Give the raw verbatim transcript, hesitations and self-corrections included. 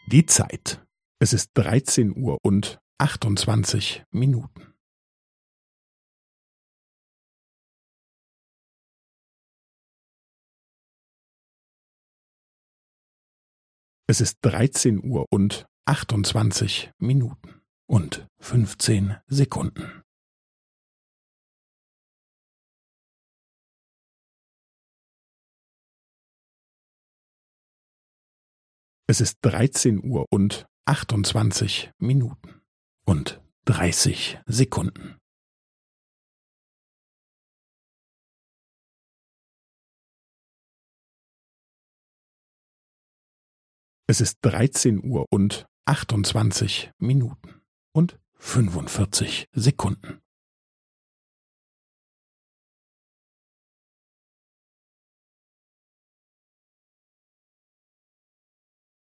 Die Zeit. Es ist dreizehn Uhr und achtundzwanzig Minuten. Es ist dreizehn Uhr und achtundzwanzig Minuten und fünfzehn Sekunden. Es ist dreizehn Uhr und achtundzwanzig Minuten und dreißig Sekunden. Es ist dreizehn Uhr und achtundzwanzig Minuten und fünfundvierzig Sekunden.